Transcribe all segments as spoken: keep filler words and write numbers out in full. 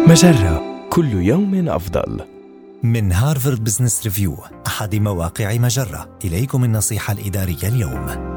مجرة، كل يوم أفضل. من هارفارد بزنس ريفيو، أحد مواقع مجرة، إليكم النصيحة الإدارية اليوم.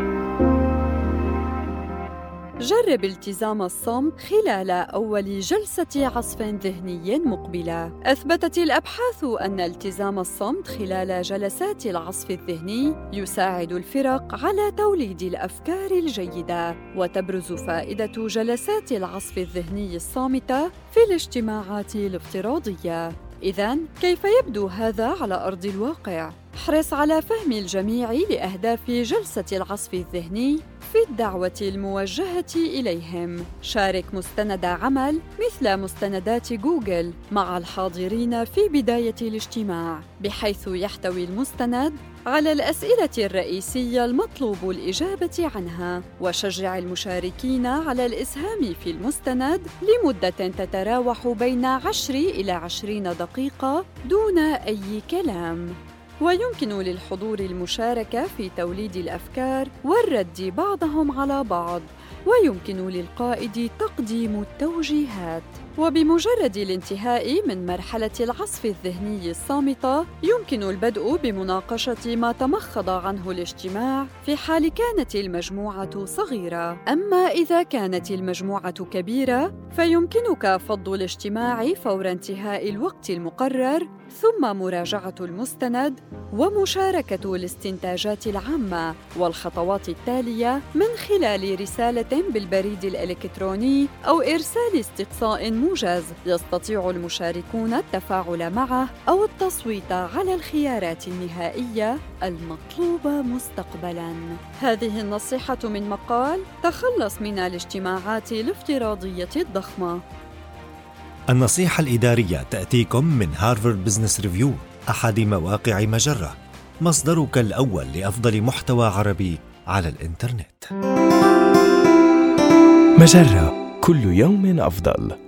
جرب التزام الصمت خلال أول جلسة عصف ذهني مقبلة. أثبتت الأبحاث أن التزام الصمت خلال جلسات العصف الذهني يساعد الفرق على توليد الأفكار الجيدة، وتبرز فائدة جلسات العصف الذهني الصامتة في الاجتماعات الافتراضية. إذن، كيف يبدو هذا على أرض الواقع؟ احرص على فهم الجميع لأهداف جلسة العصف الذهني في الدعوة الموجهة إليهم. شارك مستند عمل مثل مستندات جوجل مع الحاضرين في بداية الاجتماع، بحيث يحتوي المستند على الأسئلة الرئيسية المطلوب الإجابة عنها. وشجع المشاركين على الإسهام في المستند لمدة تتراوح بين عشر إلى عشرين دقيقة دون أي كلام. ويمكن للحضور المشاركة في توليد الأفكار والرد بعضهم على بعض، ويمكن للقائد تقديم التوجيهات. وبمجرد الانتهاء من مرحلة العصف الذهني الصامتة، يمكن البدء بمناقشة ما تمخض عنه الاجتماع في حال كانت المجموعة صغيرة. أما إذا كانت المجموعة كبيرة، فيمكنك فض الاجتماع فور انتهاء الوقت المقرر، ثم مراجعة المستند ومشاركة الاستنتاجات العامة والخطوات التالية من خلال رسالة بالبريد الإلكتروني أو إرسال استقصاء موجز يستطيع المشاركون التفاعل معه أو التصويت على الخيارات النهائية المطلوبة مستقبلاً. هذه النصيحة من مقال تخلص من الاجتماعات الافتراضية الضخمة. النصيحة الإدارية تأتيكم من هارفارد بزنس ريفيو، أحد مواقع مجرة، مصدرك الأول لأفضل محتوى عربي على الإنترنت. مجرة، كل يوم أفضل.